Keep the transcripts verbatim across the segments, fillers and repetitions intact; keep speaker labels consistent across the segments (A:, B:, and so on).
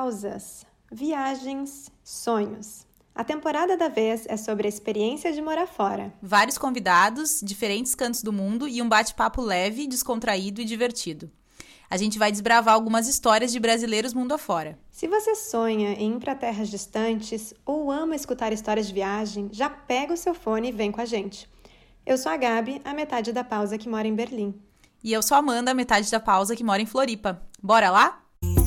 A: pausas, viagens, sonhos. A temporada da vez é sobre a experiência de morar fora.
B: Vários convidados, diferentes cantos do mundo e um bate-papo leve, descontraído e divertido. A gente vai desbravar algumas histórias de brasileiros mundo afora.
A: Se você sonha em ir para terras distantes ou ama escutar histórias de viagem, já pega o seu fone e vem com a gente. Eu sou a Gabi, a metade da pausa que mora em Berlim.
B: E eu sou a Amanda, a metade da pausa que mora em Floripa. Bora lá?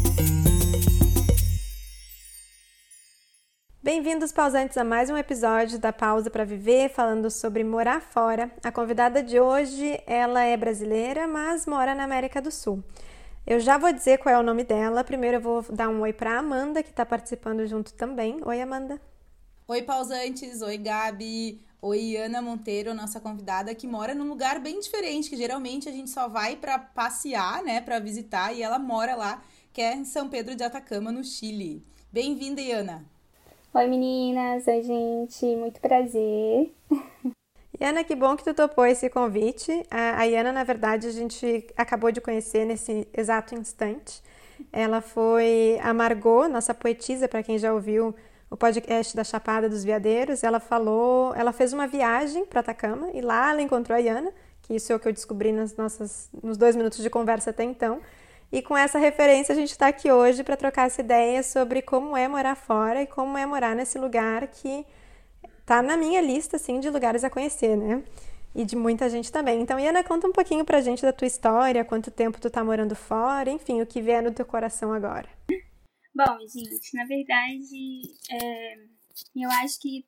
A: Bem-vindos, pausantes, a mais um episódio da Pausa para Viver, falando sobre morar fora. A convidada de hoje, ela é brasileira, mas mora na América do Sul. Eu já vou dizer qual é o nome dela. Primeiro eu vou dar um oi para a Amanda, que está participando junto também. Oi, Amanda.
B: Oi, pausantes. Oi, Gabi. Oi, Ana Monteiro, nossa convidada, que mora num lugar bem diferente, que geralmente a gente só vai para passear, né, para visitar, e ela mora lá, que é em São Pedro de Atacama, no Chile. Bem-vinda, Ana.
C: Oi, meninas. Oi, gente. Muito prazer.
A: Iana, que bom que tu topou esse convite. A Iana, na verdade, a gente acabou de conhecer nesse exato instante. Ela foi a Margot, nossa poetisa, para quem já ouviu o podcast da Chapada dos Veadeiros. Ela falou, ela fez uma viagem para Atacama e lá ela encontrou a Iana, que isso é o que eu descobri nas nossas, nos dois minutos de conversa até então. E com essa referência a gente está aqui hoje para trocar essa ideia sobre como é morar fora e como é morar nesse lugar que tá na minha lista, assim, de lugares a conhecer, né? E de muita gente também. Então, Iana, conta um pouquinho pra gente da tua história, quanto tempo tu tá morando fora, enfim, o que vier no teu coração agora.
C: Bom, gente, na verdade, é, eu acho que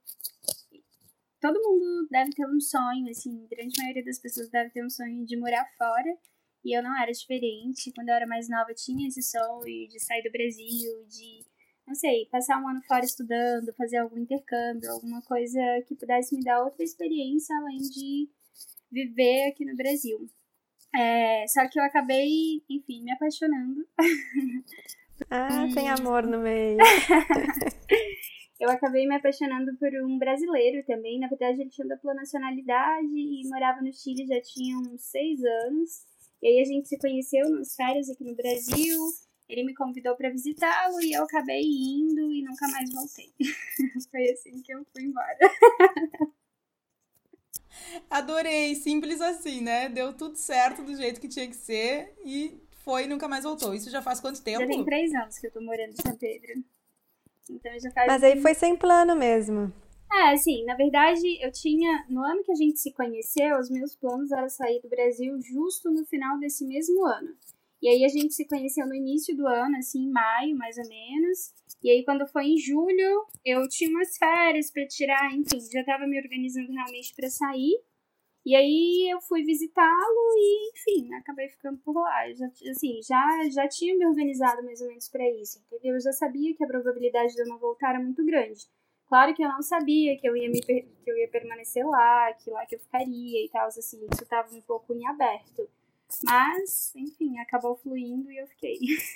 C: todo mundo deve ter um sonho, assim, a grande maioria das pessoas deve ter um sonho de morar fora, e eu não era diferente. Quando eu era mais nova, eu tinha esse sonho de sair do Brasil, de, não sei, passar um ano fora estudando, fazer algum intercâmbio, alguma coisa que pudesse me dar outra experiência além de viver aqui no Brasil. É, só que eu acabei, enfim, me apaixonando.
A: Ah, tem amor no meio.
C: Eu acabei me apaixonando por um brasileiro também. Na verdade, ele tinha dupla nacionalidade e morava no Chile já tinha uns seis anos. E aí a gente se conheceu nas férias aqui no Brasil. Ele me convidou para visitá-lo e eu acabei indo e nunca mais voltei. Foi assim que eu fui embora.
B: Adorei, simples assim, né? Deu tudo certo do jeito que tinha que ser e foi e nunca mais voltou. Isso já faz quanto tempo?
C: Já tem três anos que eu tô morando em São Pedro. Então já faz...
A: Mas aí foi sem plano mesmo.
C: É, assim, na verdade, eu tinha... No ano que a gente se conheceu, os meus planos eram sair do Brasil justo no final desse mesmo ano. E aí a gente se conheceu no início do ano, assim, em maio, mais ou menos. E aí quando foi em julho, eu tinha umas férias pra tirar, enfim, já tava me organizando realmente pra sair. E aí eu fui visitá-lo e, enfim, acabei ficando por lá. Eu já, assim, já, já tinha me organizado mais ou menos pra isso, entendeu? Eu já sabia que a probabilidade de eu não voltar era muito grande. Claro que eu não sabia que eu ia, me, que eu ia permanecer lá, que lá que eu ficaria e tal, assim, isso tava um pouco em aberto. Mas, enfim, acabou fluindo e eu fiquei.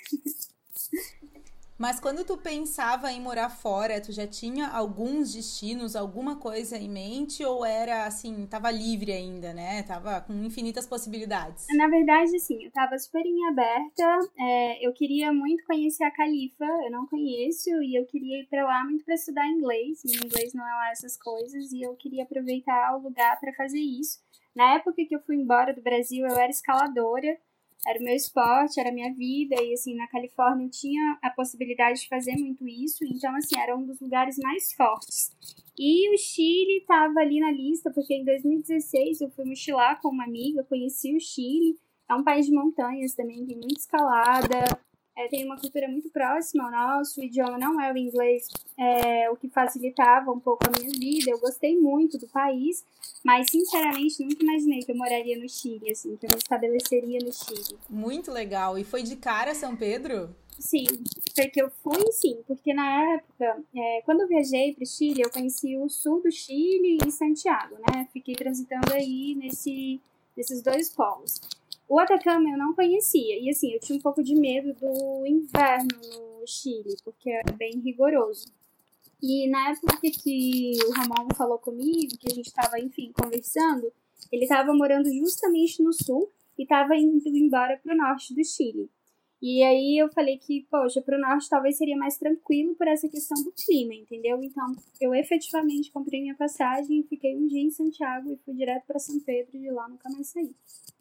B: Mas quando tu pensava em morar fora, tu já tinha alguns destinos, alguma coisa em mente? Ou era, assim, tava livre ainda, né? Tava com infinitas possibilidades?
C: Na verdade, assim, eu tava super em aberta. É, eu queria muito conhecer a Califa, eu não conheço. E eu queria ir pra lá muito pra estudar inglês. Meu inglês não é lá essas coisas. E eu queria aproveitar o lugar pra fazer isso. Na época que eu fui embora do Brasil, eu era escaladora. Era o meu esporte, era a minha vida, e assim, na Califórnia eu tinha a possibilidade de fazer muito isso, então assim, era um dos lugares mais fortes. E o Chile estava ali na lista, porque em dois mil e dezesseis eu fui mochilar com uma amiga, conheci o Chile, é um país de montanhas também, tem muita escalada, é, tem uma cultura muito próxima ao nosso, o idioma não é o inglês, é, o que facilitava um pouco a minha vida, eu gostei muito do país, mas sinceramente nunca imaginei que eu moraria no Chile, assim, que eu me estabeleceria no Chile.
B: Muito legal, e foi de cara São Pedro?
C: Sim, foi que eu fui, sim, porque na época, é, quando eu viajei para o Chile, eu conheci o sul do Chile e Santiago, né, fiquei transitando aí nesse, nesses dois polos. O Atacama eu não conhecia, e assim, eu tinha um pouco de medo do inverno no Chile, porque é bem rigoroso. E na época que o Ramon falou comigo, que a gente estava, enfim, conversando, ele estava morando justamente no sul e estava indo embora para o norte do Chile. E aí eu falei que, poxa, pro norte talvez seria mais tranquilo por essa questão do clima, entendeu? Então, eu efetivamente comprei minha passagem, fiquei um dia em Santiago e fui direto para São Pedro, e de lá nunca mais saí.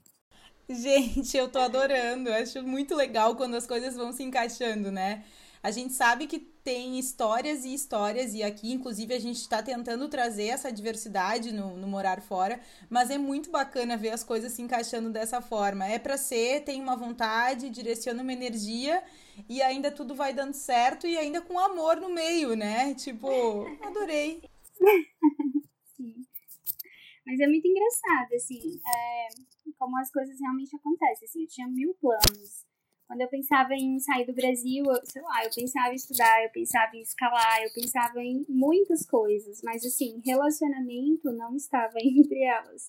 B: Gente, eu tô adorando. Eu acho muito legal quando as coisas vão se encaixando, né? A gente sabe que tem histórias e histórias, e aqui, inclusive, a gente está tentando trazer essa diversidade no, no morar fora, mas é muito bacana ver as coisas se encaixando dessa forma. É pra ser, tem uma vontade, direciona uma energia, e ainda tudo vai dando certo, e ainda com amor no meio, né? Tipo, adorei.
C: Sim. Mas é muito engraçado, assim, é, como as coisas realmente acontecem. Assim, eu tinha mil planos. Quando eu pensava em sair do Brasil, eu, sei lá, eu pensava em estudar, eu pensava em escalar, eu pensava em muitas coisas. Mas, assim, relacionamento não estava entre elas.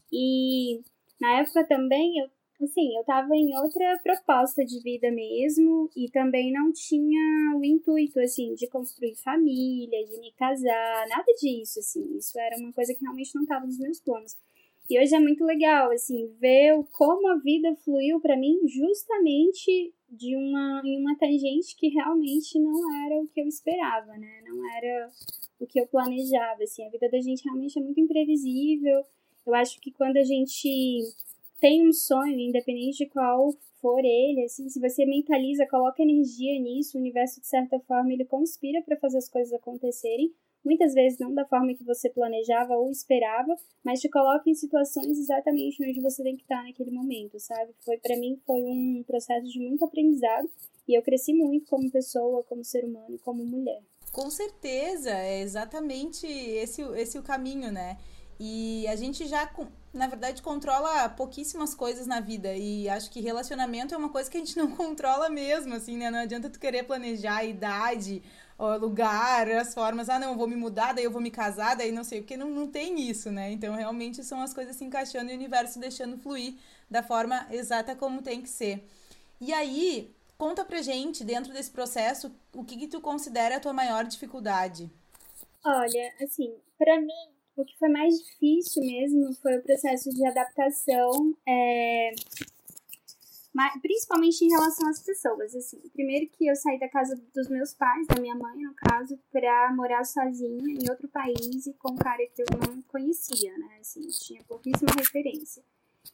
C: E na época também, eu, assim, eu tava em outra proposta de vida mesmo. E também não tinha o intuito, assim, de construir família, de me casar, nada disso, assim. Isso era uma coisa que realmente não estava nos meus planos. E hoje é muito legal, assim, ver como a vida fluiu pra mim justamente de uma, em uma tangente que realmente não era o que eu esperava, né? Não era o que eu planejava, assim. A vida da gente realmente é muito imprevisível. Eu acho que quando a gente tem um sonho, independente de qual for ele, assim, se você mentaliza, coloca energia nisso, o universo, de certa forma, ele conspira para fazer as coisas acontecerem. Muitas vezes não da forma que você planejava ou esperava, mas te coloca em situações exatamente onde você tem que estar naquele momento, sabe? Foi, para mim, foi um processo de muito aprendizado e eu cresci muito como pessoa, como ser humano e como mulher.
B: Com certeza, é exatamente esse, esse o caminho, né? E a gente já, na verdade, controla pouquíssimas coisas na vida. E acho que relacionamento é uma coisa que a gente não controla mesmo, assim, né? Não adianta tu querer planejar a idade, o lugar, as formas. Ah, não, eu vou me mudar, daí eu vou me casar, daí não sei o que. Não, não tem isso, né? Então, realmente, são as coisas se encaixando e o universo deixando fluir da forma exata como tem que ser. E aí, conta pra gente, dentro desse processo, o que, que tu considera a tua maior dificuldade?
C: Olha, assim, pra mim, o que foi mais difícil mesmo foi o processo de adaptação, é, principalmente em relação às pessoas, assim. Primeiro que eu saí da casa dos meus pais, da minha mãe, no caso, pra morar sozinha em outro país e com um cara que eu não conhecia, né, assim, tinha pouquíssima referência.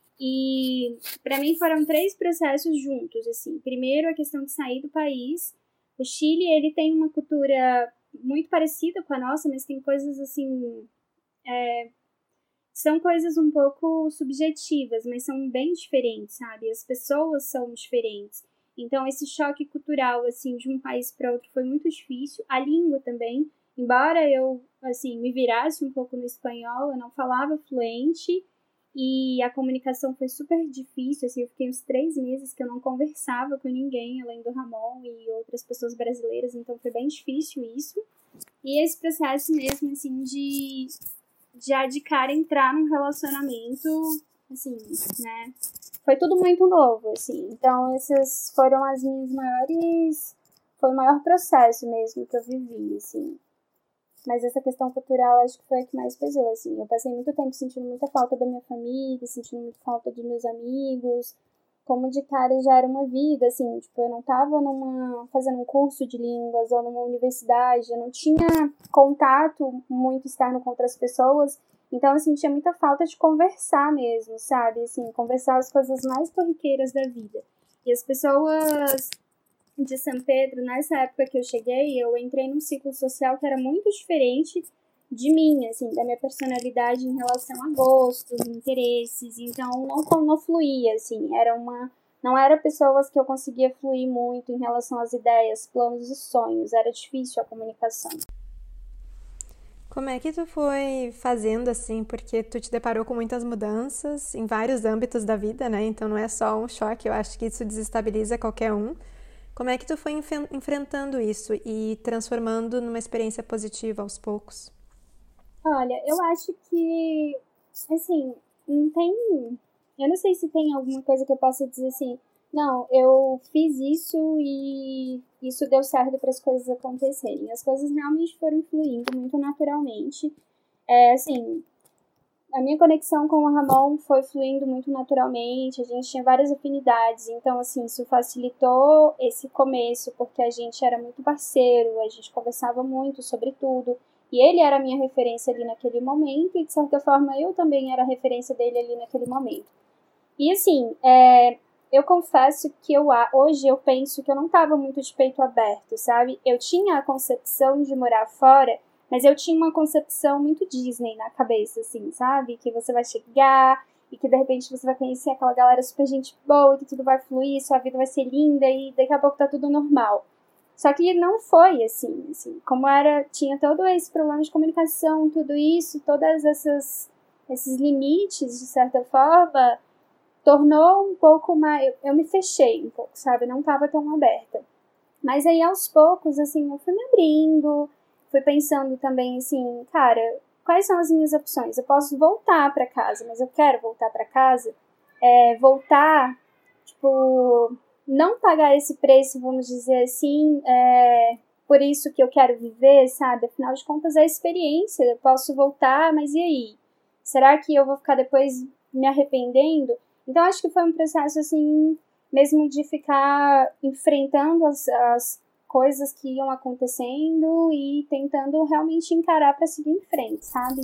C: E pra mim foram três processos juntos, assim. Primeiro, a questão de sair do país. O Chile, ele tem uma cultura muito parecida com a nossa, mas tem coisas, assim, é, são coisas um pouco subjetivas, mas são bem diferentes, sabe? As pessoas são diferentes. Então, esse choque cultural, assim, de um país para outro foi muito difícil. A língua também. Embora eu, assim, me virasse um pouco no espanhol, eu não falava fluente e a comunicação foi super difícil, assim, eu fiquei uns três meses que eu não conversava com ninguém, além do Ramon e outras pessoas brasileiras, então foi bem difícil isso. E esse processo mesmo, assim, de já de cara entrar num relacionamento, assim, né? Foi tudo muito novo, assim. Então, essas foram as minhas maiores... Foi o maior processo mesmo que eu vivi, assim. Mas essa questão cultural, acho que foi a que mais pesou, assim. Eu passei muito tempo sentindo muita falta da minha família, sentindo muita falta dos meus amigos. Como de cara já era uma vida, assim, tipo, eu não tava numa, fazendo um curso de línguas ou numa universidade, eu não tinha contato muito externo com outras pessoas, então eu sentia muita falta de conversar mesmo, sabe, assim, conversar as coisas mais corriqueiras da vida. E as pessoas de São Pedro, nessa época que eu cheguei, eu entrei num ciclo social que era muito diferente de mim, assim, da minha personalidade em relação a gostos, interesses, então não, não fluía, assim, era uma, não era pessoas que eu conseguia fluir muito em relação às ideias, planos e sonhos, era difícil a comunicação.
A: Como é que tu foi fazendo assim, porque tu te deparou com muitas mudanças em vários âmbitos da vida, né, então não é só um choque, eu acho que isso desestabiliza qualquer um. Como é que tu foi enf- enfrentando isso e transformando numa experiência positiva aos poucos?
C: Olha, eu acho que, assim, não tem. Eu não sei se tem alguma coisa que eu possa dizer assim. Não, eu fiz isso e isso deu certo para as coisas acontecerem. As coisas realmente foram fluindo muito naturalmente. É, assim, a minha conexão com o Ramon foi fluindo muito naturalmente, a gente tinha várias afinidades, então, assim, isso facilitou esse começo, porque a gente era muito parceiro, a gente conversava muito sobre tudo, e ele era a minha referência ali naquele momento, e, de certa forma, eu também era a referência dele ali naquele momento. E, assim, é, eu confesso que eu, hoje eu penso que eu não estava muito de peito aberto, sabe? Eu tinha a concepção de morar fora, mas eu tinha uma concepção muito Disney na cabeça, assim, sabe? Que você vai chegar e que, de repente, você vai conhecer aquela galera super gente boa, que tudo vai fluir, sua vida vai ser linda e daqui a pouco tá tudo normal. Só que não foi assim, assim. Como era, tinha todo esse problema de comunicação, tudo isso, todas essas esses limites, de certa forma, tornou um pouco mais... Eu, eu me fechei um pouco, sabe? Não tava tão aberta. Mas aí, aos poucos, assim, eu fui me abrindo, fui pensando também, assim, cara, quais são as minhas opções? Eu posso voltar para casa, mas eu quero voltar para casa. É, voltar, tipo, não pagar esse preço, vamos dizer assim, é, por isso que eu quero viver, sabe? Afinal de contas, é experiência. Eu posso voltar, mas e aí? Será que eu vou ficar depois me arrependendo? Então, acho que foi um processo, assim, mesmo de ficar enfrentando as, as coisas que iam acontecendo e tentando realmente encarar para seguir em frente, sabe?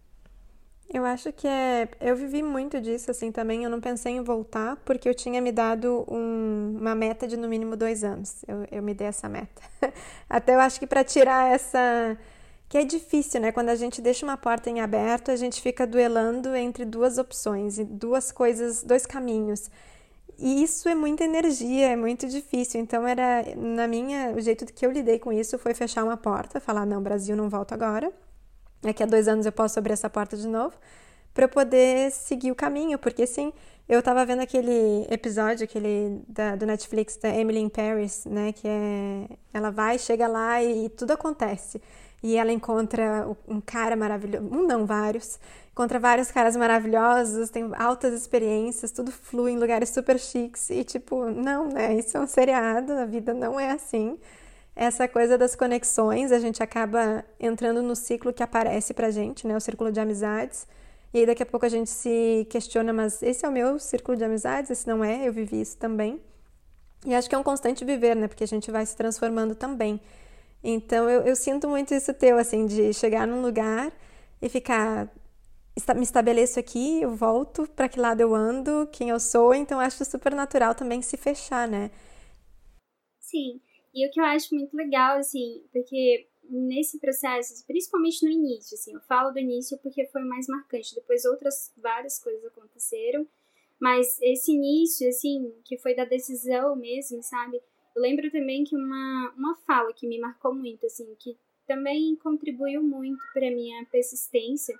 A: Eu acho que é... Eu vivi muito disso, assim, também. Eu não pensei em voltar, porque eu tinha me dado um... uma meta de no mínimo dois anos. Eu, eu me dei essa meta. Até eu acho que para tirar essa... Que é difícil, né? Quando a gente deixa uma porta em aberto, a gente fica duelando entre duas opções, e duas coisas, dois caminhos. E isso é muita energia, é muito difícil. Então, era na minha, o jeito que eu lidei com isso foi fechar uma porta, falar, não, Brasil, não volto agora. Daqui a dois anos eu posso abrir essa porta de novo, para eu poder seguir o caminho. Porque, assim, eu tava vendo aquele episódio, aquele da, do Netflix, da Emily in Paris, né? Que é... Ela vai, chega lá e tudo acontece. E ela encontra um cara maravilhoso, um não, vários, encontra vários caras maravilhosos, tem altas experiências, tudo flui em lugares super chiques e tipo, não, né, isso é um seriado, a vida não é assim. Essa coisa das conexões, a gente acaba entrando no ciclo que aparece pra gente, né, o círculo de amizades, e aí daqui a pouco a gente se questiona, mas esse é o meu círculo de amizades, esse não é, eu vivi isso também. E acho que é um constante viver, né, porque a gente vai se transformando também. Então, eu, eu sinto muito isso teu, assim, de chegar num lugar e ficar... Me estabeleço aqui, eu volto, para que lado eu ando, quem eu sou. Então, acho super natural também se fechar, né?
C: Sim, e o que eu acho muito legal, assim, porque nesse processo, principalmente no início, assim, eu falo do início porque foi mais marcante. Depois outras várias coisas aconteceram, mas esse início, assim, que foi da decisão mesmo, sabe? Eu lembro também que uma, uma fala que me marcou muito, assim, que também contribuiu muito para minha persistência,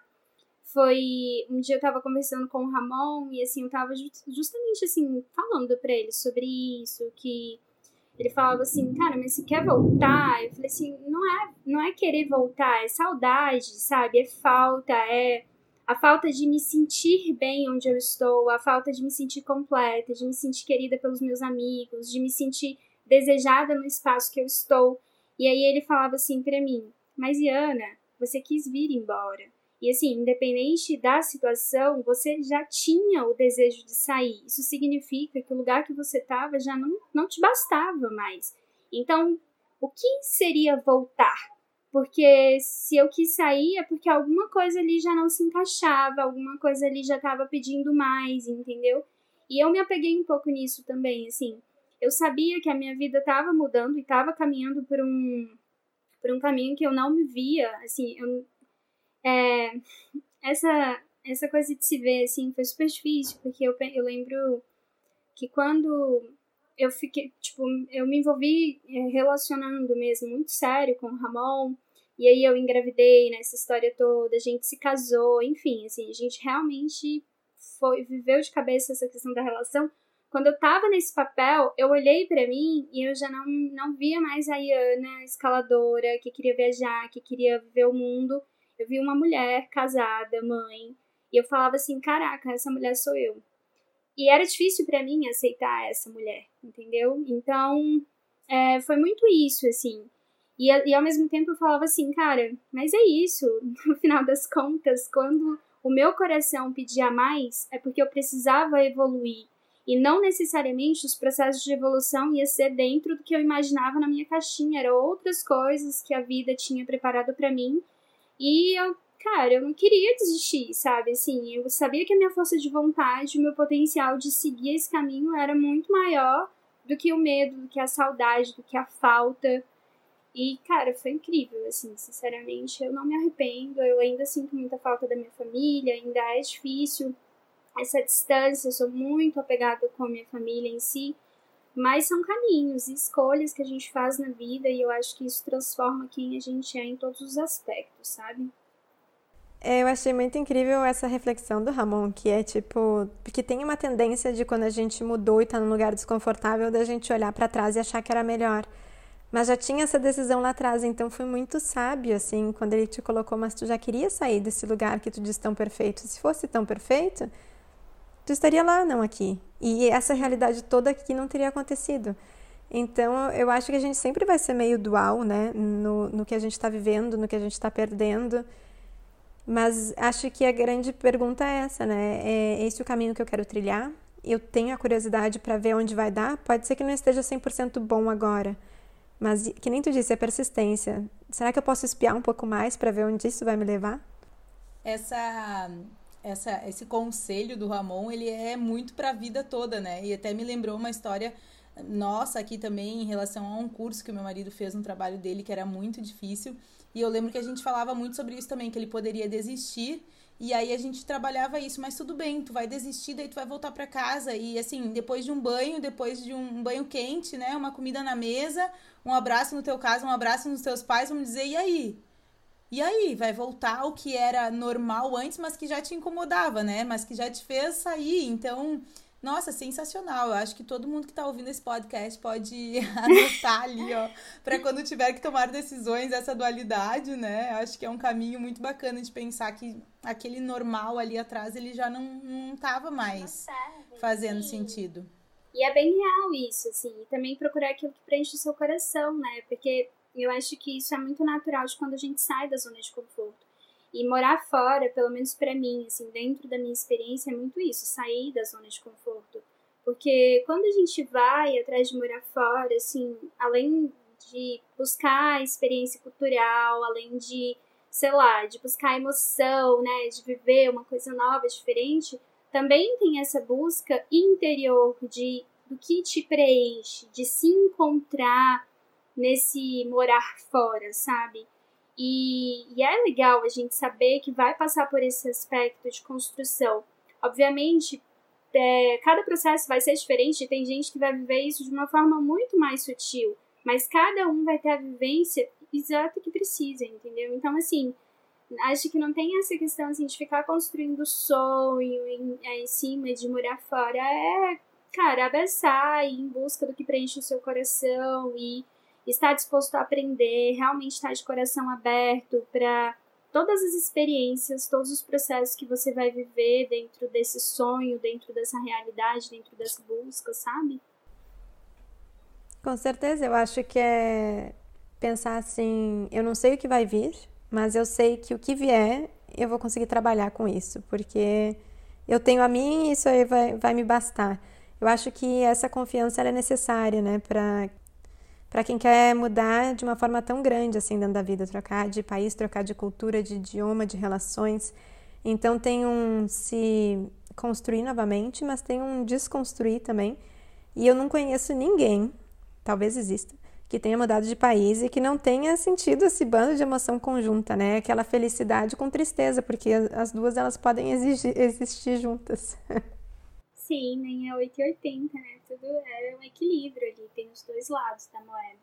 C: foi um dia eu tava conversando com o Ramon e, assim, eu tava justamente, assim, falando para ele sobre isso, que ele falava assim, cara, mas você quer voltar? Eu falei assim, não é, não é querer voltar, é saudade, sabe? É falta, é a falta de me sentir bem onde eu estou, a falta de me sentir completa, de me sentir querida pelos meus amigos, de me sentir desejada no espaço que eu estou. E aí ele falava assim pra mim, mas Iana, você quis vir embora. E assim, independente da situação, você já tinha o desejo de sair. Isso significa que o lugar que você estava já não, não te bastava mais. Então, o que seria voltar? Porque se eu quis sair é porque alguma coisa ali já não se encaixava, alguma coisa ali já estava pedindo mais, entendeu? E eu me apeguei um pouco nisso também, assim. Eu sabia que a minha vida estava mudando e estava caminhando por um, por um caminho que eu não me via, assim, eu, é, essa, essa coisa de se ver, assim, foi super difícil, porque eu, eu lembro que quando eu fiquei, tipo, eu me envolvi relacionando mesmo muito sério com o Ramon, e aí eu engravidei nessa história toda, a gente se casou, enfim, assim, a gente realmente foi, viveu de cabeça essa questão da relação. Quando eu tava nesse papel, eu olhei pra mim e eu já não, não via mais a Iana escaladora, que queria viajar, que queria ver o mundo. Eu vi uma mulher casada, mãe, e eu falava assim, caraca, essa mulher sou eu. E era difícil pra mim aceitar essa mulher, entendeu? Então, é, foi muito isso, assim. E, e ao mesmo tempo eu falava assim, cara, mas é isso, no final das contas, quando o meu coração pedia mais, é porque eu precisava evoluir. E não necessariamente os processos de evolução ia ser dentro do que eu imaginava na minha caixinha. Eram outras coisas que a vida tinha preparado para mim. E eu, cara, eu não queria desistir, sabe? Assim, eu sabia que a minha força de vontade, o meu potencial de seguir esse caminho era muito maior do que o medo, do que a saudade, do que a falta. E, cara, foi incrível, assim, sinceramente. Eu não me arrependo, eu ainda sinto muita falta da minha família, ainda é difícil essa distância, eu sou muito apegada com a minha família em si, mas são caminhos e escolhas que a gente faz na vida e eu acho que isso transforma quem a gente é em todos os aspectos, sabe?
A: É, eu achei muito incrível essa reflexão do Ramon, que é tipo, porque tem uma tendência de quando a gente mudou e tá num lugar desconfortável, da gente olhar pra trás e achar que era melhor. Mas já tinha essa decisão lá atrás, então foi muito sábio, assim, quando ele te colocou, mas tu já queria sair desse lugar que tu diz tão perfeito. Se fosse tão perfeito, tu estaria lá, não aqui. E essa realidade toda aqui não teria acontecido. Então, eu acho que a gente sempre vai ser meio dual, né? No, no que a gente está vivendo, no que a gente está perdendo. Mas acho que a grande pergunta é essa, né? É esse o caminho que eu quero trilhar? Eu tenho a curiosidade para ver onde vai dar? Pode ser que não esteja cem por cento bom agora. Mas, que nem tu disse, é persistência. Será que eu posso espiar um pouco mais para ver onde isso vai me levar?
B: Essa... Essa, esse conselho do Ramon, ele é muito para a vida toda, né? E até me lembrou uma história nossa aqui também em relação a um curso que o meu marido fez no trabalho dele, que era muito difícil. E eu lembro que a gente falava muito sobre isso também, que ele poderia desistir. E aí a gente trabalhava isso, mas tudo bem, tu vai desistir, daí tu vai voltar para casa. E assim, depois de um banho, depois de um banho quente, né? Uma comida na mesa, um abraço no teu caso, um abraço nos teus pais, vamos dizer, e aí? E aí, vai voltar ao que era normal antes, mas que já te incomodava, né? Mas que já te fez sair. Então, nossa, sensacional. Eu acho que todo mundo que tá ouvindo esse podcast pode anotar ali, ó, para quando tiver que tomar decisões, essa dualidade, né? Eu acho que é um caminho muito bacana de pensar que aquele normal ali atrás, ele já não, não tava mais fazendo
C: Sim.
B: sentido.
C: E é bem real isso, assim. E também procurar aquilo que preenche o seu coração, né? Porque eu acho que isso é muito natural de quando a gente sai da zona de conforto. E morar fora, pelo menos pra mim, assim, dentro da minha experiência, é muito isso, sair da zona de conforto. Porque quando a gente vai atrás de morar fora, assim, além de buscar a experiência cultural, além de, sei lá, de buscar emoção, né, de viver uma coisa nova, diferente, também tem essa busca interior de, do que te preenche, de se encontrar nesse morar fora, sabe? E, e é legal a gente saber que vai passar por esse aspecto de construção. Obviamente, é, cada processo vai ser diferente, tem gente que vai viver isso de uma forma muito mais sutil, mas cada um vai ter a vivência exata que precisa, entendeu? Então, assim, acho que não tem essa questão assim, de ficar construindo sonho em, em cima de morar fora. É, cara, abraçar e ir em busca do que preenche o seu coração e estar disposto a aprender, realmente estar de coração aberto para todas as experiências, todos os processos que você vai viver dentro desse sonho, dentro dessa realidade, dentro dessa busca, sabe?
A: Com certeza, eu acho que é pensar assim, eu não sei o que vai vir, mas eu sei que o que vier, eu vou conseguir trabalhar com isso, porque eu tenho a mim e isso aí vai, vai me bastar. Eu acho que essa confiança ela é necessária, né, para para quem quer mudar de uma forma tão grande assim dentro da vida, trocar de país, trocar de cultura, de idioma, de relações. Então tem um se construir novamente, mas tem um desconstruir também. E eu não conheço ninguém, talvez exista, que tenha mudado de país e que não tenha sentido esse bando de emoção conjunta, né? Aquela felicidade com tristeza, porque as duas elas podem exigir, existir juntas.
C: Sim, nem é oito e oitenta, né? Tudo é um equilíbrio ali, tem os dois lados da moeda.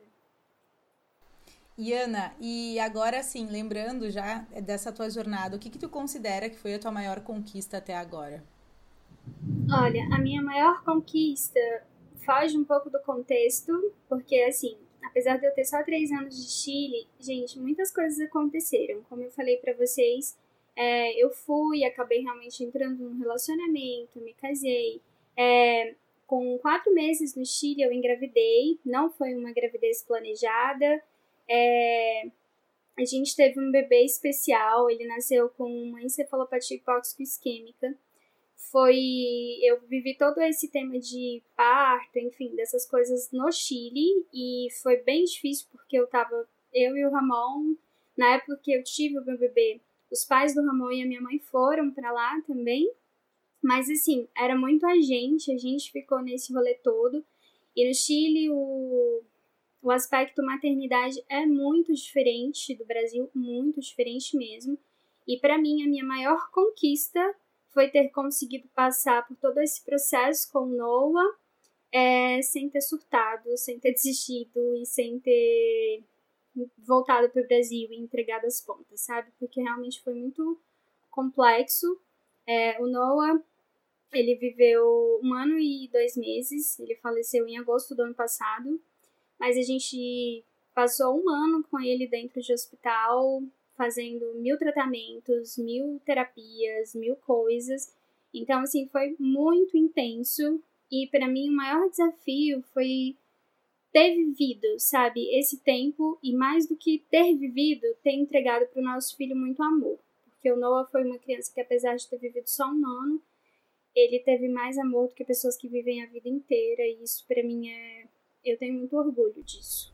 B: E Ana, e agora sim, lembrando já dessa tua jornada, o que que tu considera que foi a tua maior conquista até agora?
C: Olha, a minha maior conquista foge um pouco do contexto, porque assim, apesar de eu ter só três anos de Chile, gente, muitas coisas aconteceram. Como eu falei pra vocês, é, eu fui, acabei realmente entrando num relacionamento, me casei. É, com quatro meses no Chile eu engravidei, não foi uma gravidez planejada. É, A gente teve um bebê especial, ele nasceu com uma encefalopatia hipóxico-isquêmica. Foi, eu vivi todo esse tema de parto, enfim, dessas coisas no Chile, e foi bem difícil porque eu tava, eu e o Ramon, na época que eu tive o meu bebê, os pais do Ramon e a minha mãe foram pra lá também, mas assim, era muito a gente, a gente ficou nesse rolê todo, e no Chile o, o aspecto maternidade é muito diferente do Brasil, muito diferente mesmo, e pra mim a minha maior conquista foi ter conseguido passar por todo esse processo com o Noah, é, sem ter surtado, sem ter desistido e sem ter voltado para o Brasil e entregado as pontas, sabe? Porque realmente foi muito complexo. É, o Noah, ele viveu um ano e dois meses, ele faleceu em agosto do ano passado, mas a gente passou um ano com ele dentro de hospital, fazendo mil tratamentos, mil terapias, mil coisas. Então, assim, foi muito intenso. E para mim o maior desafio foi ter vivido, sabe, esse tempo. E mais do que ter vivido, ter entregado para o nosso filho muito amor. Porque o Noah foi uma criança que, apesar de ter vivido só um ano, ele teve mais amor do que pessoas que vivem a vida inteira. E isso para mim é... eu tenho muito orgulho disso.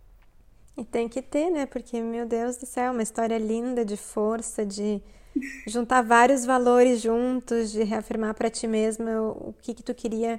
A: E tem que ter, né? Porque, meu Deus do céu, uma história linda de força, de juntar vários valores juntos, de reafirmar para ti mesma o que que tu queria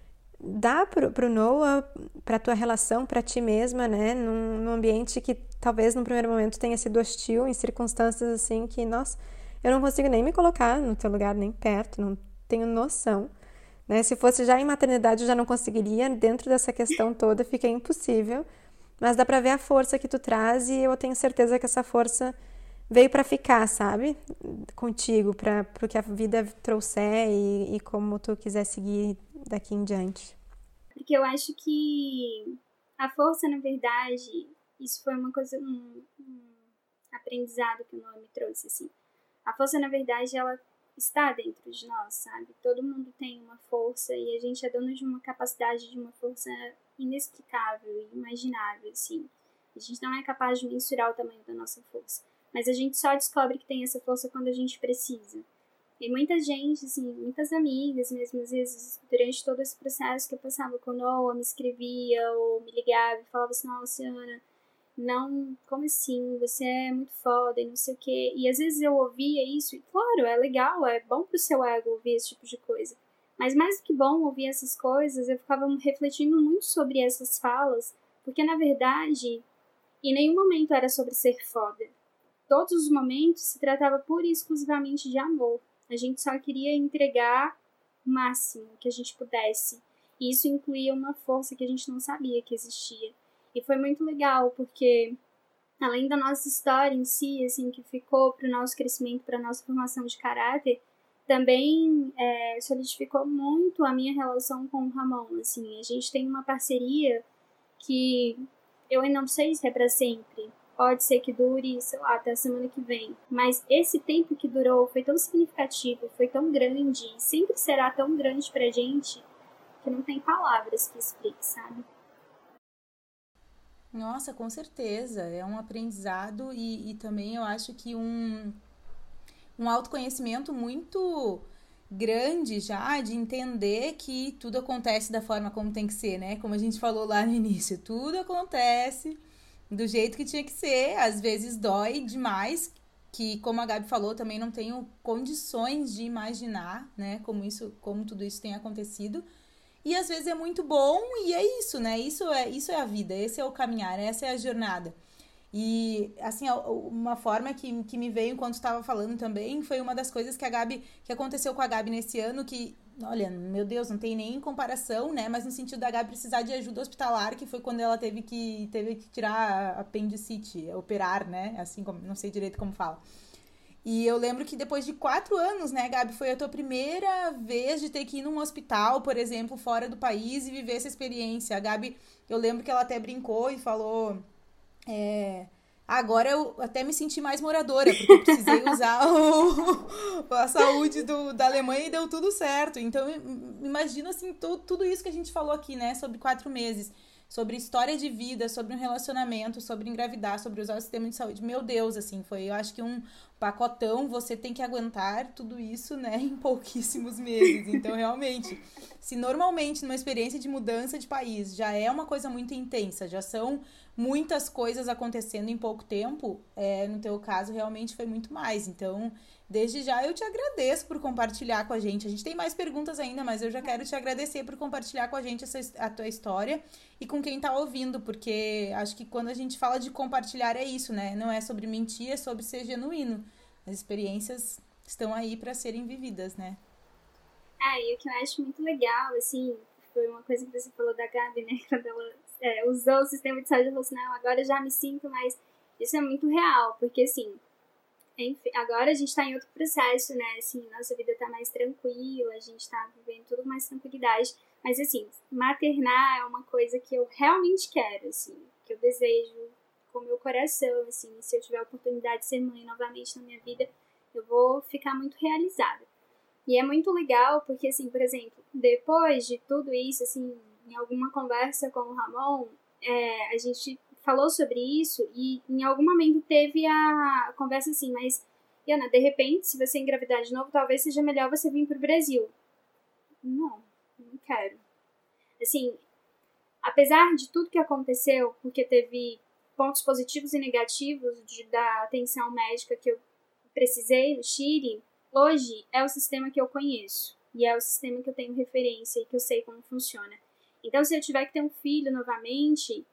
A: dar pro, pro Noah, pra tua relação, pra ti mesma, né? Num, num ambiente que talvez no primeiro momento tenha sido hostil, em circunstâncias assim que, nossa, eu não consigo nem me colocar no teu lugar, nem perto, não tenho noção, né? Se fosse já em maternidade, eu já não conseguiria, dentro dessa questão toda, fica impossível. Mas dá pra ver a força que tu traz e eu tenho certeza que essa força veio pra ficar, sabe? Contigo, para pro que a vida trouxer e, e como tu quiser seguir daqui em diante.
C: Porque eu acho que a força, na verdade, isso foi uma coisa, um, um aprendizado que o Noah me trouxe, assim. A força, na verdade, ela está dentro de nós, sabe? Todo mundo tem uma força e a gente é dono de uma capacidade, de uma força inexplicável e imaginável, assim. A gente não é capaz de mensurar o tamanho da nossa força, mas a gente só descobre que tem essa força quando a gente precisa. E muita gente, assim, muitas amigas mesmo, às vezes, durante todo esse processo que eu passava com o Noah, me escrevia ou me ligava e falava assim, nossa, Ana, não, como assim, você é muito foda e não sei o quê. E às vezes eu ouvia isso, e claro, é legal, é bom pro seu ego ouvir esse tipo de coisa. Mas mais do que bom ouvir essas coisas, eu ficava refletindo muito sobre essas falas, porque na verdade, em nenhum momento era sobre ser foda. Todos os momentos se tratava pura e exclusivamente de amor. A gente só queria entregar o máximo que a gente pudesse. E isso incluía uma força que a gente não sabia que existia. E foi muito legal, porque além da nossa história em si, assim, que ficou para o nosso crescimento, para a nossa formação de caráter, também é, solidificou muito a minha relação com o Ramon. Assim, a gente tem uma parceria que eu ainda não sei se é para sempre. Pode ser que dure, sei lá, até a semana que vem. Mas esse tempo que durou foi tão significativo, foi tão grande, e sempre será tão grande pra gente, que não tem palavras que expliquem, sabe?
B: Nossa, com certeza. É um aprendizado e, e também eu acho que um, um autoconhecimento muito grande já, de entender que tudo acontece da forma como tem que ser, né? Como a gente falou lá no início, tudo acontece do jeito que tinha que ser, às vezes dói demais, que como a Gabi falou, também não tenho condições de imaginar, né, como isso, como tudo isso tem acontecido, e às vezes é muito bom, e é isso, né, isso é, isso é a vida, esse é o caminhar, essa é a jornada. E, assim, uma forma que, que me veio enquanto estava falando também foi uma das coisas que a Gabi, que aconteceu com a Gabi nesse ano, que, olha, meu Deus, não tem nem comparação, né? Mas no sentido da Gabi precisar de ajuda hospitalar, que foi quando ela teve que, teve que tirar a apendicite, operar, né? Assim, como, não sei direito como fala. E eu lembro que depois de quatro anos, né, Gabi, foi a tua primeira vez de ter que ir num hospital, por exemplo, fora do país e viver essa experiência. A Gabi, eu lembro que ela até brincou e falou... É, agora eu até me senti mais moradora, porque eu precisei usar o, a saúde do, da Alemanha e deu tudo certo. Então, imagina assim, to, tudo isso que a gente falou aqui, né, sobre quatro meses. sobre história de vida, sobre um relacionamento, sobre engravidar, sobre usar o sistema de saúde. Meu Deus, assim, foi, eu acho que um pacotão, você tem que aguentar tudo isso, né, em pouquíssimos meses. Então, realmente, se normalmente numa experiência de mudança de país já é uma coisa muito intensa, já são muitas coisas acontecendo em pouco tempo, é, no teu caso, realmente foi muito mais. Então, desde já eu te agradeço por compartilhar com a gente. A gente tem mais perguntas ainda, mas eu já quero te agradecer por compartilhar com a gente essa, a tua história e com quem tá ouvindo, porque acho que quando a gente fala de compartilhar é isso, né? Não é sobre mentir, é sobre ser genuíno. As experiências estão aí para serem vividas, né?
C: Ah, e o que eu acho muito legal, assim, foi uma coisa que você falou da Gabi, né? Quando ela é, usou o sistema de saúde, ela falou assim, não, agora eu já me sinto mais... Isso é muito real, porque, assim, enfim, agora a gente tá em outro processo, né? Assim, nossa vida tá mais tranquila, a gente tá vivendo tudo com mais tranquilidade. Mas, assim, maternar é uma coisa que eu realmente quero, assim, que eu desejo com o meu coração, assim. Se eu tiver a oportunidade de ser mãe novamente na minha vida, eu vou ficar muito realizada. E é muito legal porque, assim, por exemplo, depois de tudo isso, assim, em alguma conversa com o Ramon, é, a gente falou sobre isso e em algum momento teve a conversa assim, mas, Iana, de repente, se você engravidar de novo, talvez seja melhor você vir pro Brasil. Não, não quero. Assim, apesar de tudo que aconteceu, porque teve pontos positivos e negativos de, da atenção médica que eu precisei no Chile, hoje é o sistema que eu conheço e é o sistema que eu tenho referência e que eu sei como funciona. Então, se eu tiver que ter um filho novamente,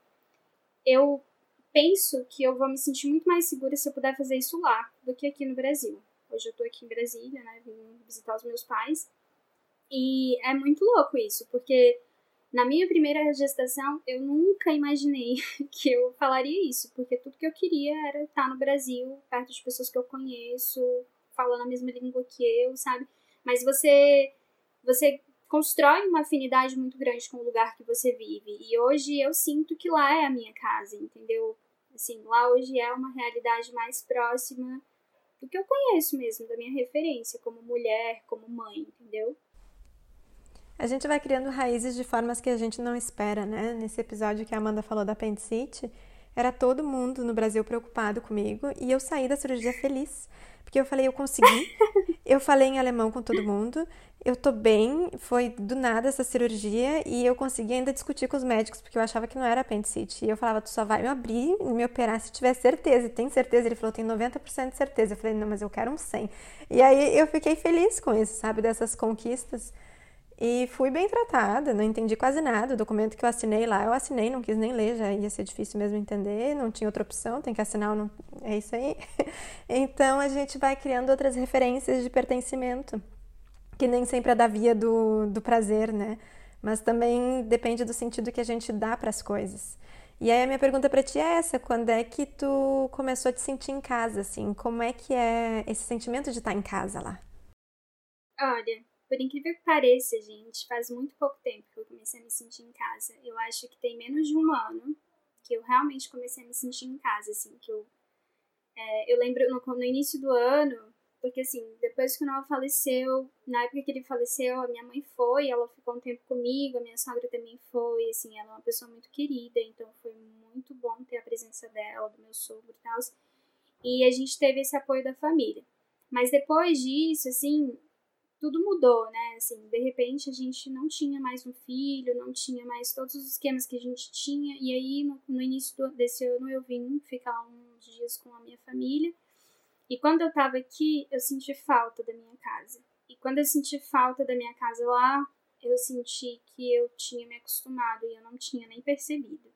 C: eu penso que eu vou me sentir muito mais segura se eu puder fazer isso lá do que aqui no Brasil. Hoje eu tô aqui em Brasília, né, vim visitar os meus pais, e é muito louco isso, porque na minha primeira gestação eu nunca imaginei que eu falaria isso, porque tudo que eu queria era estar no Brasil, perto de pessoas que eu conheço, falando a mesma língua que eu, sabe? Mas você, você constrói uma afinidade muito grande com o lugar que você vive. E hoje eu sinto que lá é a minha casa, entendeu? Assim, lá hoje é uma realidade mais próxima do que eu conheço mesmo, da minha referência como mulher, como mãe, entendeu?
A: A gente vai criando raízes de formas que a gente não espera, né? Nesse episódio que a Amanda falou da apendicite, era todo mundo no Brasil preocupado comigo e eu saí da cirurgia feliz. Porque eu falei, eu consegui, eu falei em alemão com todo mundo, eu tô bem, foi do nada essa cirurgia e eu consegui ainda discutir com os médicos, porque eu achava que não era apendicite. E eu falava, tu só vai me abrir e me operar se tiver certeza. E tem certeza? Ele falou, tem noventa por cento de certeza. Eu falei, não, mas eu quero um cem por cento. E aí eu fiquei feliz com isso, sabe, dessas conquistas. E fui bem tratada, não entendi quase nada. O documento que eu assinei lá, eu assinei, não quis nem ler, já ia ser difícil mesmo entender, não tinha outra opção, tem que assinar, não... é isso aí. Então a gente vai criando outras referências de pertencimento, que nem sempre é da via do, do prazer, né? Mas também depende do sentido que a gente dá para as coisas. E aí a minha pergunta para ti é essa, quando é que tu começou a te sentir em casa, assim? Como é que é esse sentimento de estar em casa lá?
C: Olha, por incrível que pareça, gente, faz muito pouco tempo que eu comecei a me sentir em casa. Eu acho que tem menos de um ano que eu realmente comecei a me sentir em casa, assim, que eu... É, eu lembro no, no início do ano, porque, assim, depois que o Noah faleceu, na época que ele faleceu, a minha mãe foi, ela ficou um tempo comigo, a minha sogra também foi, assim, ela é uma pessoa muito querida, então foi muito bom ter a presença dela, do meu sogro e tal, e a gente teve esse apoio da família. Mas depois disso, assim... tudo mudou, né? Assim, de repente a gente não tinha mais um filho, não tinha mais todos os esquemas que a gente tinha. E aí, no, no início do, desse ano, eu vim ficar uns dias com a minha família. E quando eu tava aqui, eu senti falta da minha casa. E quando eu senti falta da minha casa lá, eu senti que eu tinha me acostumado e eu não tinha nem percebido.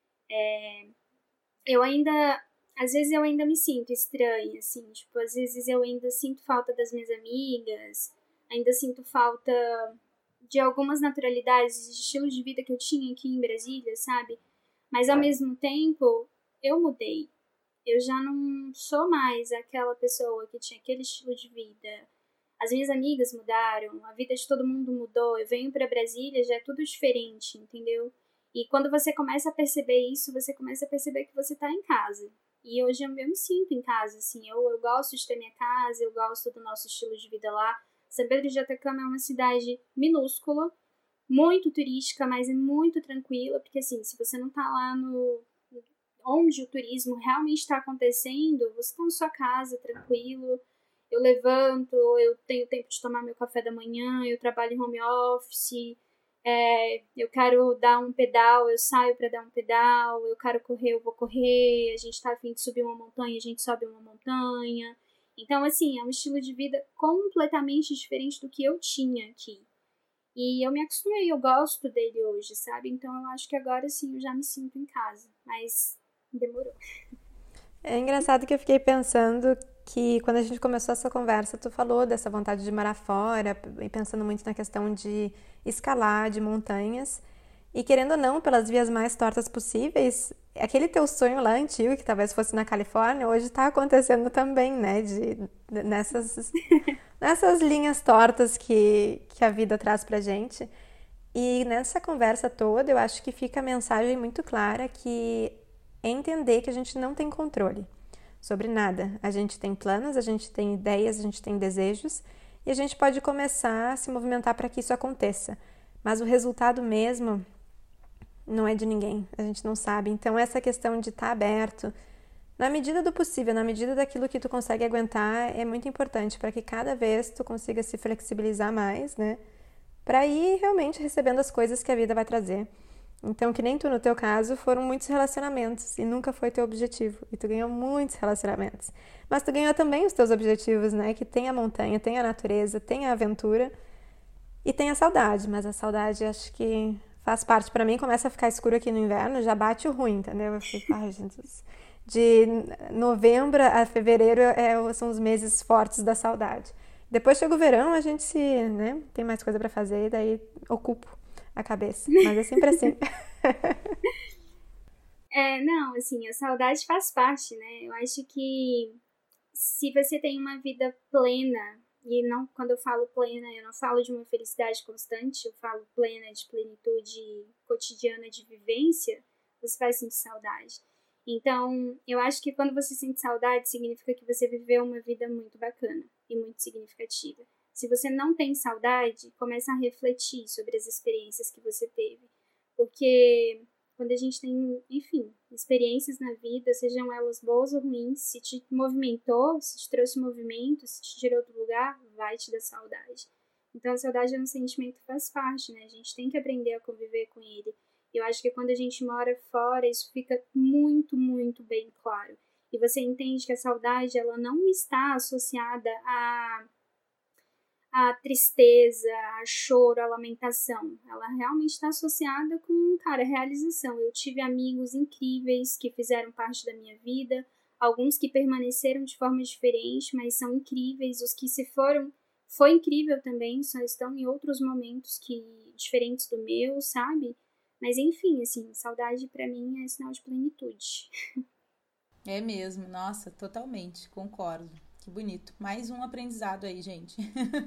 C: É, eu ainda... Às vezes eu ainda me sinto estranha, assim. Tipo, às vezes eu ainda sinto falta das minhas amigas... Ainda sinto falta de algumas naturalidades, de estilos de vida que eu tinha aqui em Brasília, sabe? Mas, ao mesmo tempo, eu mudei. Eu já não sou mais aquela pessoa que tinha aquele estilo de vida. As minhas amigas mudaram, a vida de todo mundo mudou. Eu venho para Brasília, já é tudo diferente, entendeu? E quando você começa a perceber isso, você começa a perceber que você tá em casa. E hoje eu me sinto em casa, assim. Eu, eu gosto de ter minha casa, eu gosto do nosso estilo de vida lá. São Pedro de Atacama é uma cidade minúscula, muito turística, mas é muito tranquila, porque assim, se você não tá lá no onde o turismo realmente está acontecendo, você está na sua casa, tranquilo, eu levanto, eu tenho tempo de tomar meu café da manhã, eu trabalho em home office, é, eu quero dar um pedal, eu saio para dar um pedal, eu quero correr, eu vou correr, a gente tá a fim de subir uma montanha, a gente sobe uma montanha. Então, assim, é um estilo de vida completamente diferente do que eu tinha aqui. E eu me acostumei, eu gosto dele hoje, sabe? Então eu acho que agora sim eu já me sinto em casa, mas demorou.
A: É engraçado que eu fiquei pensando que quando a gente começou essa conversa, tu falou dessa vontade de morar fora, e pensando muito na questão de escalar, de montanhas. E querendo ou não, pelas vias mais tortas possíveis, aquele teu sonho lá antigo, que talvez fosse na Califórnia, hoje está acontecendo também, né? De, nessas, nessas linhas tortas que, que a vida traz pra gente. E nessa conversa toda, eu acho que fica a mensagem muito clara que é entender que a gente não tem controle sobre nada. A gente tem planos, a gente tem ideias, a gente tem desejos e a gente pode começar a se movimentar para que isso aconteça. Mas o resultado mesmo não é de ninguém, a gente não sabe. Então essa questão de estar aberto, na medida do possível, na medida daquilo que tu consegue aguentar, é muito importante para que cada vez tu consiga se flexibilizar mais, né? Para ir realmente recebendo as coisas que a vida vai trazer. Então, que nem tu, no teu caso, foram muitos relacionamentos e nunca foi teu objetivo. E tu ganhou muitos relacionamentos. Mas tu ganhou também os teus objetivos, né? Que tem a montanha, tem a natureza, tem a aventura e tem a saudade. Mas a saudade, acho que faz parte. Pra mim, começa a ficar escuro aqui no inverno, já bate o ruim, entendeu? Eu fico, ai, Jesus. De novembro a fevereiro é, são os meses fortes da saudade. Depois chega o verão, a gente se, né, tem mais coisa pra fazer e daí ocupo a cabeça. Mas é sempre assim.
C: É, não, assim, a saudade faz parte, né? Eu acho que se você tem uma vida plena, e não, quando eu falo plena, eu não falo de uma felicidade constante, eu falo plena de plenitude cotidiana de vivência, você vai sentir saudade. Então, eu acho que quando você sente saudade, significa que você viveu uma vida muito bacana e muito significativa. Se você não tem saudade, começa a refletir sobre as experiências que você teve. Porque quando a gente tem, enfim, experiências na vida, sejam elas boas ou ruins, se te movimentou, se te trouxe movimento, se te tirou do lugar, vai te dar saudade. Então a saudade é um sentimento que faz parte, né? A gente tem que aprender a conviver com ele. Eu acho que quando a gente mora fora, isso fica muito, muito bem claro. E você entende que a saudade, ela não está associada a a tristeza, a choro, a lamentação. Ela realmente está associada com, cara, realização. Eu tive amigos incríveis que fizeram parte da minha vida, alguns que permaneceram de forma diferente, mas são incríveis. Os que se foram, foi incrível também, só estão em outros momentos que diferentes do meu, sabe? Mas enfim, assim, saudade pra mim é sinal de plenitude.
B: É mesmo, nossa, totalmente, concordo. Que bonito. Mais um aprendizado aí, gente.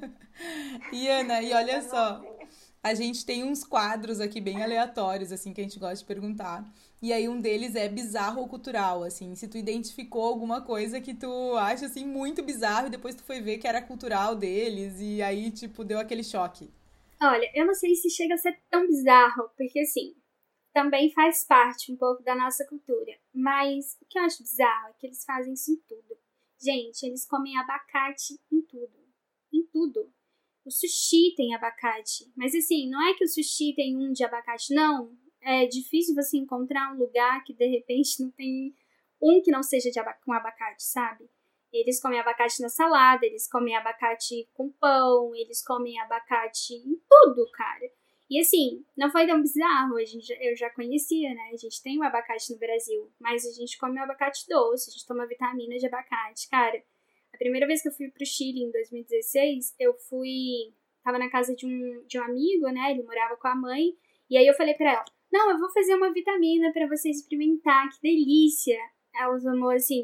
B: E Ana, e olha só, a gente tem uns quadros aqui bem aleatórios, assim, que a gente gosta de perguntar. E aí um deles é bizarro ou cultural, assim. Se tu identificou alguma coisa que tu acha, assim, muito bizarro e depois tu foi ver que era cultural deles e aí, tipo, deu aquele choque.
C: Olha, eu não sei se chega a ser tão bizarro, porque, assim, também faz parte um pouco da nossa cultura. Mas o que eu acho bizarro é que eles fazem isso em tudo. Gente, eles comem abacate em tudo. Em tudo. O sushi tem abacate. Mas assim, não é que o sushi tem um de abacate, não. É difícil você encontrar um lugar que de repente não tem um que não seja de abac- com abacate, sabe? Eles comem abacate na salada, eles comem abacate com pão, eles comem abacate em tudo, cara. E assim, não foi tão bizarro, a gente, eu já conhecia, né? A gente tem o abacate no Brasil, mas a gente come o abacate doce, a gente toma vitamina de abacate. Cara, a primeira vez que eu fui pro Chile, em dois mil e dezesseis, eu fui... Tava na casa de um, de um amigo, né? Ele morava com a mãe. E aí eu falei pra ela, não, eu vou fazer uma vitamina pra você experimentar, que delícia. Ela falou assim,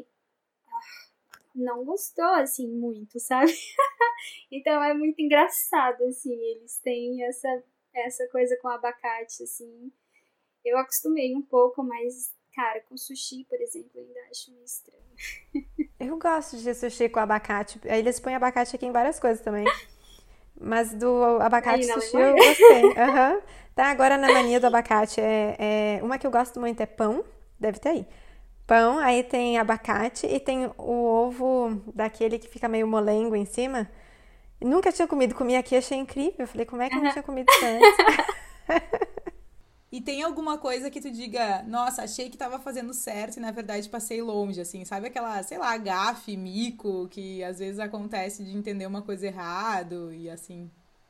C: não gostou, assim, muito, sabe? Então é muito engraçado, assim, eles têm essa... essa coisa com abacate, assim, eu acostumei um pouco, mas, cara, com sushi, por exemplo, eu ainda acho meio estranho.
A: Eu gosto de sushi com abacate. Aí eles põem abacate aqui em várias coisas também. Mas do abacate
C: Aí na
A: sushi eu
C: Alemanha?
A: gostei. Aham. Tá, agora na mania do abacate é, é- uma que eu gosto muito é pão, deve ter aí. Pão, aí tem abacate e tem o ovo daquele que fica meio molengo em cima. Nunca tinha comido, comi aqui, achei incrível. Eu falei, como é que eu não tinha comido isso antes?
B: E tem alguma coisa que tu diga, nossa, achei que tava fazendo certo e na verdade passei longe, assim, sabe aquela, sei lá, gafe, mico, que às vezes acontece de entender uma coisa errado e assim.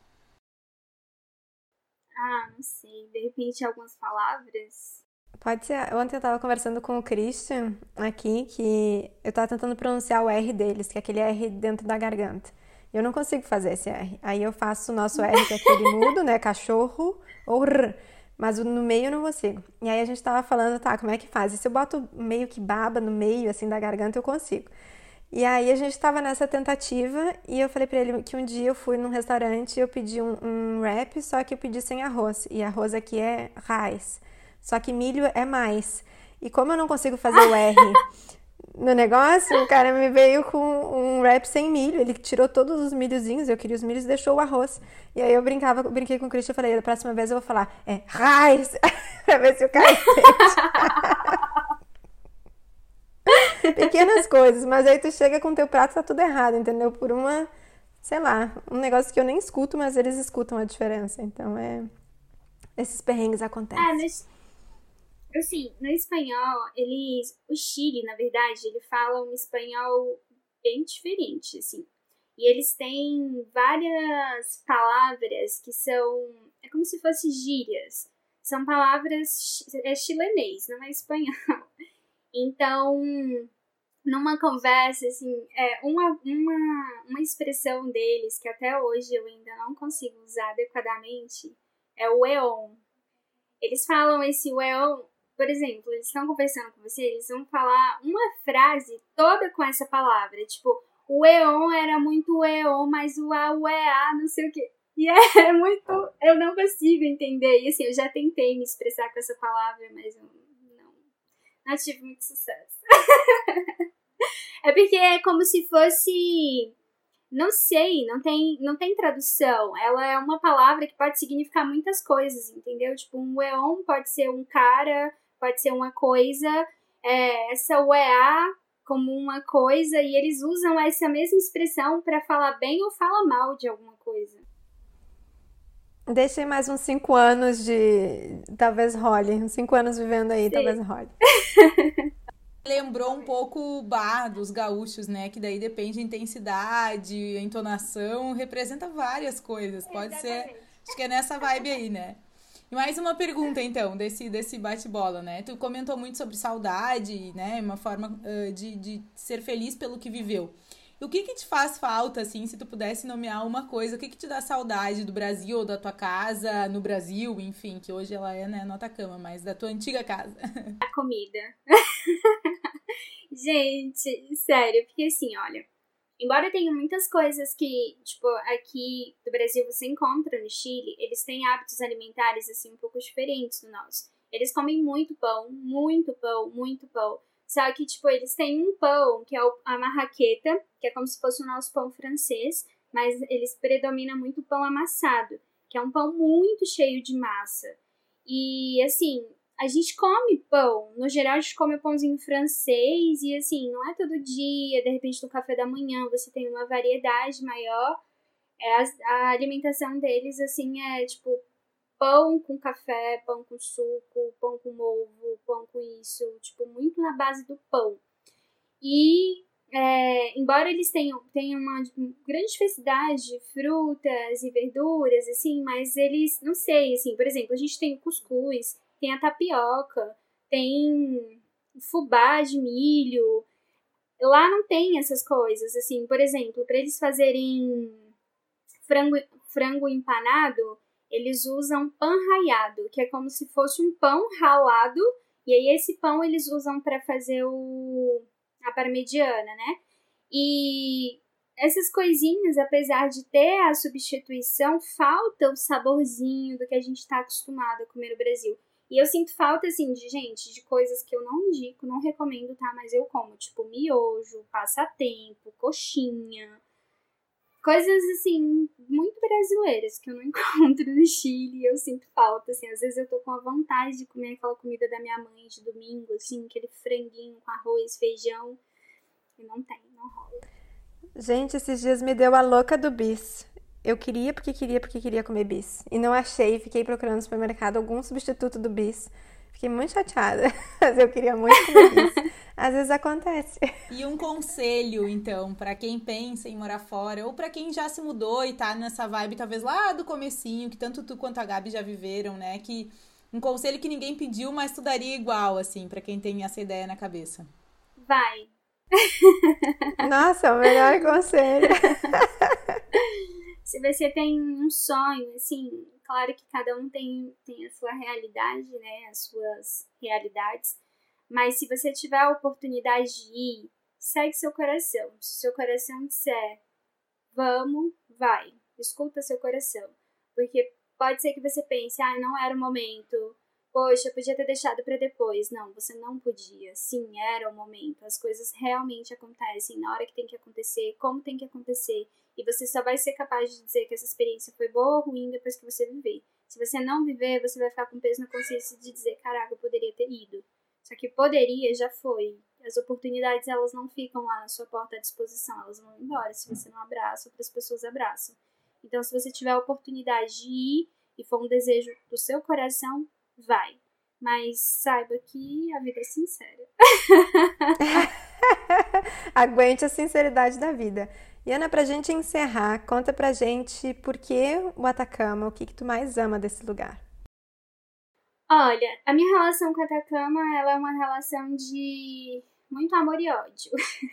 C: Ah, não sei. De repente algumas palavras.
A: Pode ser. Ontem eu tava conversando com o Christian aqui, que eu tava tentando pronunciar o R deles, que é aquele R dentro da garganta. Eu não consigo fazer esse R. Aí eu faço o nosso R, que é aquele mudo, né? Cachorro, ou R. Mas o no meio eu não consigo. E aí a gente tava falando, tá, como é que faz? E se eu boto meio que baba no meio, assim, da garganta, eu consigo. E aí a gente tava nessa tentativa e eu falei pra ele que um dia eu fui num restaurante e eu pedi um, um wrap, só que eu pedi sem arroz. E arroz aqui é raiz. Só que milho é mais. E como eu não consigo fazer o R no negócio, o cara me veio com um wrap sem milho. Ele tirou todos os milhozinhos, eu queria os milhos e deixou o arroz. E aí eu brincava, brinquei com o Christian e falei, da próxima vez eu vou falar, é raiz, pra ver se o cara entende. Pequenas coisas, mas aí tu chega com o teu prato, tá tudo errado, entendeu? Por uma, sei lá, um negócio que eu nem escuto, mas eles escutam a diferença. Então é. Esses perrengues
C: Ah,
A: acontecem.
C: mas assim, no espanhol, eles. O Chile, na verdade, ele fala um espanhol bem diferente, assim. E eles têm várias palavras que são. É como se fossem gírias. São palavras. É chilenês, não é espanhol. Então, numa conversa, assim, é uma, uma, uma expressão deles que até hoje eu ainda não consigo usar adequadamente é o eon. Eles falam esse eon, por exemplo, eles estão conversando com você, eles vão falar uma frase toda com essa palavra, tipo, o eon era muito eon, mas o a, o ea, não sei o quê. E é muito, eu não consigo entender, e assim, eu já tentei me expressar com essa palavra, mas eu não, não tive muito sucesso. É porque é como se fosse, não sei, não tem, não tem tradução. Ela é uma palavra que pode significar muitas coisas, entendeu? Tipo, um eon pode ser um cara, pode ser uma coisa. É, essa uea como uma coisa, e eles usam essa mesma expressão para falar bem ou falar mal de alguma coisa.
A: Deixei mais uns cinco anos de. Talvez role. Uns cinco anos vivendo aí, talvez
C: Sim.
A: role.
B: Lembrou um pouco o bar dos gaúchos, né? Que daí depende da intensidade, a entonação, representa várias coisas. Pode ser.
C: Exatamente.
B: Acho que é nessa vibe aí, né? E mais uma pergunta, então, desse, desse bate-bola, né? Tu comentou muito sobre saudade, né? Uma forma uh, de, de ser feliz pelo que viveu. E o que que te faz falta, assim, se tu pudesse nomear uma coisa? O que que te dá saudade do Brasil ou da tua casa no Brasil, enfim, que hoje ela é, né, no Atacama, mas da tua antiga casa?
C: A comida. Gente, sério, porque assim, olha, embora tenha muitas coisas que, tipo, aqui do Brasil você encontra no Chile, eles têm hábitos alimentares, assim, um pouco diferentes do nosso. Eles comem muito pão, muito pão, muito pão. Só que, tipo, eles têm um pão, que é a marraqueta, que é como se fosse o nosso pão francês, mas eles predominam muito o pão amassado, que é um pão muito cheio de massa. E, assim, a gente come pão. No geral, a gente come pãozinho francês e, assim, não é todo dia. De repente, no café da manhã, você tem uma variedade maior. É, a, a alimentação deles, assim, é, tipo, pão com café, pão com suco, pão com ovo, pão com isso. Tipo, muito na base do pão. E, é, embora eles tenham, tenham uma grande diversidade de frutas e verduras, assim, mas eles, não sei, assim, por exemplo, a gente tem o cuscuz, tem a tapioca, tem fubá de milho. Lá não tem essas coisas, assim, por exemplo, para eles fazerem frango, frango empanado, eles usam pão ralado, que é como se fosse um pão ralado, e aí esse pão eles usam para fazer o, a parmegiana, né? E essas coisinhas, apesar de ter a substituição, falta o saborzinho do que a gente está acostumado a comer no Brasil. E eu sinto falta, assim, de gente, de coisas que eu não indico, não recomendo, tá? Mas eu como, tipo, miojo, passatempo, coxinha, coisas, assim, muito brasileiras que eu não encontro no Chile e eu sinto falta, assim. Às vezes eu tô com a vontade de comer aquela comida da minha mãe de domingo, assim, aquele franguinho com arroz, feijão. E não tem, não rola.
A: Gente, esses dias me deu a louca do bis. Eu queria porque queria porque queria comer bis. E não achei, fiquei procurando no supermercado algum substituto do bis. Fiquei muito chateada, mas eu queria muito comer bis. Às vezes acontece.
B: E um conselho, então, pra quem pensa em morar fora, ou pra quem já se mudou e tá nessa vibe, talvez lá do comecinho, que tanto tu quanto a Gabi já viveram, né? Que um conselho que ninguém pediu, mas tu daria igual, assim, pra quem tem essa ideia na cabeça.
C: Vai.
A: Nossa, o melhor conselho.
C: Se você tem um sonho, assim, claro que cada um tem, tem a sua realidade, né? As suas realidades. Mas se você tiver a oportunidade de ir, segue seu coração. Se seu coração disser, vamos, vai. Escuta seu coração. Porque pode ser que você pense, ah, não era o momento. Poxa, eu podia ter deixado para depois. Não, você não podia. Sim, era o momento. As coisas realmente acontecem na hora que tem que acontecer, como tem que acontecer. E você só vai ser capaz de dizer que essa experiência foi boa ou ruim depois que você viver. Se você não viver, você vai ficar com peso na consciência de dizer, caraca, eu poderia ter ido. Só que poderia, já foi. As oportunidades, elas não ficam lá na sua porta à disposição. Elas vão embora. Se você não abraça, outras pessoas abraçam. Então, se você tiver a oportunidade de ir e for um desejo do seu coração, vai. Mas saiba que a vida é sincera.
A: Aguente a sinceridade da vida. E Ana, pra gente encerrar, conta pra gente por que o Atacama, o que, que tu mais ama desse lugar?
C: Olha, a minha relação com o Atacama, ela é uma relação de muito amor e ódio.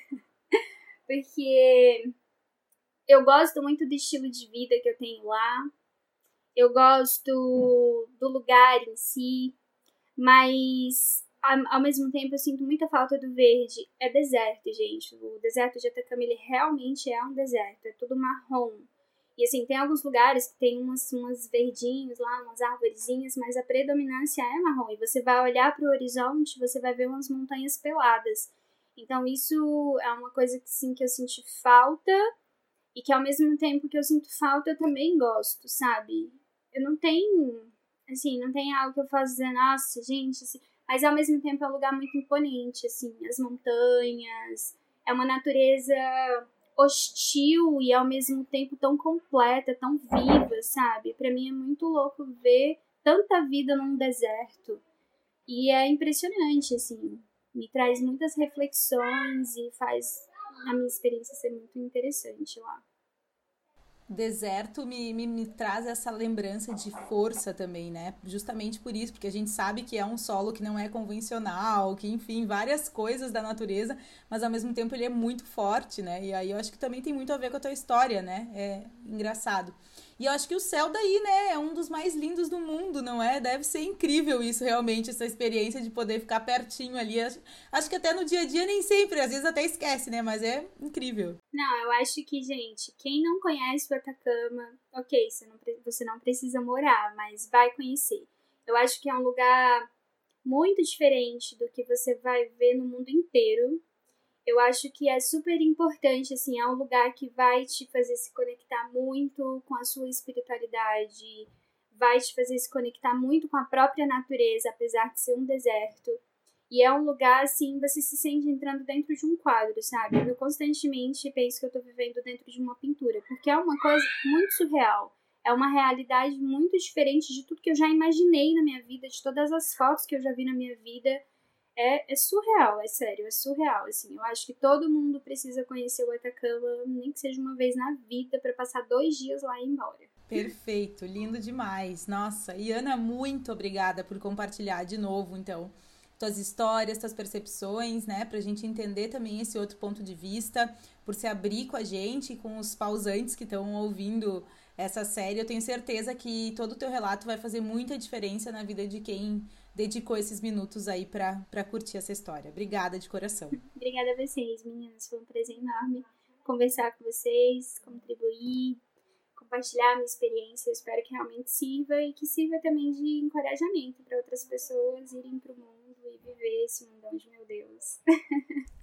C: Porque eu gosto muito do estilo de vida que eu tenho lá. Eu gosto do lugar em si. Mas, ao mesmo tempo, eu sinto muita falta do verde. É deserto, gente. O deserto de Atacama, ele realmente é um deserto. É tudo marrom. E, assim, tem alguns lugares que tem umas, umas verdinhos lá, umas arvorezinhas, mas a predominância é marrom. E você vai olhar para o horizonte, você vai ver umas montanhas peladas. Então, isso é uma coisa que, sim, que eu senti falta e que, ao mesmo tempo que eu sinto falta, eu também gosto, sabe? Eu não tenho, assim, não tem algo que eu faço dizer, nossa, gente, assim... Mas, ao mesmo tempo, é um lugar muito imponente, assim, as montanhas, é uma natureza hostil e ao mesmo tempo tão completa, tão viva, sabe? Pra mim é muito louco ver tanta vida num deserto. E é impressionante, assim. Me traz muitas reflexões e faz a minha experiência ser muito interessante lá.
B: Deserto me, me, me traz essa lembrança de força também, né? Justamente por isso, porque a gente sabe que é um solo que não é convencional, que, enfim, várias coisas da natureza, mas ao mesmo tempo ele é muito forte, né? E aí eu acho que também tem muito a ver com a tua história, né? É engraçado. E eu acho que o céu daí, né, é um dos mais lindos do mundo, não é? Deve ser incrível isso, realmente, essa experiência de poder ficar pertinho ali. Acho, acho que até no dia a dia nem sempre, às vezes até esquece, né? Mas é incrível.
C: Não, eu acho que, gente, quem não conhece o Atacama, ok, você não, você não precisa morar, mas vai conhecer. Eu acho que é um lugar muito diferente do que você vai ver no mundo inteiro. Eu acho que é super importante, assim, é um lugar que vai te fazer se conectar muito com a sua espiritualidade, vai te fazer se conectar muito com a própria natureza, apesar de ser um deserto. E é um lugar, assim, você se sente entrando dentro de um quadro, sabe? Eu constantemente penso que eu tô vivendo dentro de uma pintura, porque é uma coisa muito surreal. É uma realidade muito diferente de tudo que eu já imaginei na minha vida, de todas as fotos que eu já vi na minha vida. É, é surreal, é sério, é surreal, assim. Eu acho que todo mundo precisa conhecer o Atacama, nem que seja uma vez na vida, para passar dois dias lá e ir embora.
B: Perfeito, lindo demais. Nossa, e Ana, muito obrigada por compartilhar de novo, então, tuas histórias, tuas percepções, né, pra gente entender também esse outro ponto de vista, por se abrir com a gente, com os pausantes que estão ouvindo essa série. Eu tenho certeza que todo o teu relato vai fazer muita diferença na vida de quem dedicou esses minutos aí pra, pra curtir essa história. Obrigada de coração.
C: Obrigada a vocês, meninas. Foi um prazer enorme conversar com vocês, contribuir, compartilhar a minha experiência. Eu espero que realmente sirva e que sirva também de encorajamento para outras pessoas irem pro mundo e viver esse mundão de meu Deus.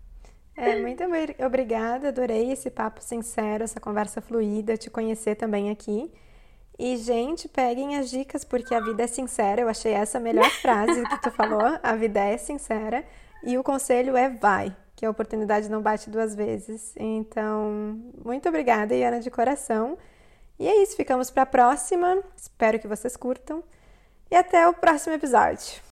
A: É, muito obri- obrigada, adorei esse papo sincero, essa conversa fluida, te conhecer também aqui. E, gente, peguem as dicas, porque a vida é sincera. Eu achei essa a melhor frase que tu falou. A vida é sincera. E o conselho é vai, que a oportunidade não bate duas vezes. Então, muito obrigada, Iana, de coração. E é isso, ficamos para a próxima. Espero que vocês curtam. E até o próximo episódio.